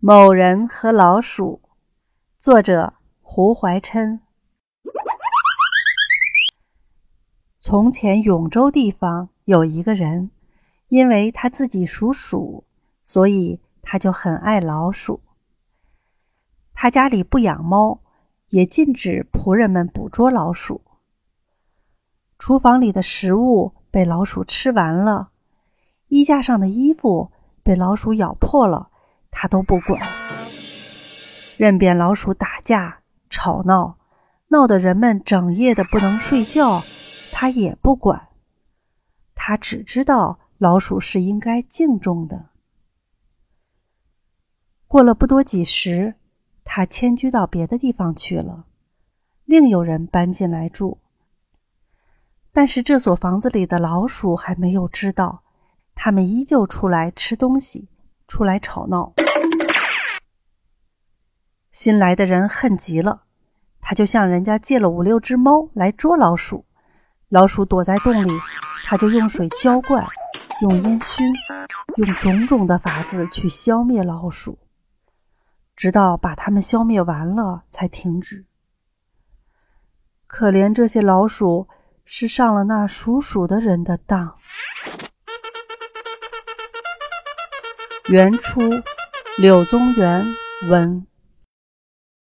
某人和老鼠，作者胡怀琛。从前永州地方有一个人，因为他自己属鼠，所以他就很爱老鼠。他家里不养猫，也禁止仆人们捕捉老鼠。厨房里的食物被老鼠吃完了，衣架上的衣服被老鼠咬破了，他都不管。任便老鼠打架吵闹，闹得人们整夜的不能睡觉，他也不管。他只知道老鼠是应该敬重的。过了不多几时，他迁居到别的地方去了，另有人搬进来住。但是这所房子里的老鼠还没有知道，它们依旧出来吃东西，出来吵闹。新来的人恨极了，他就向人家借了5、6只猫来捉老鼠。老鼠躲在洞里，他就用水浇灌，用烟熏，用种种的法子去消灭老鼠，直到把它们消灭完了才停止。可怜这些老鼠是上了那属鼠的人的当。原出柳宗元文。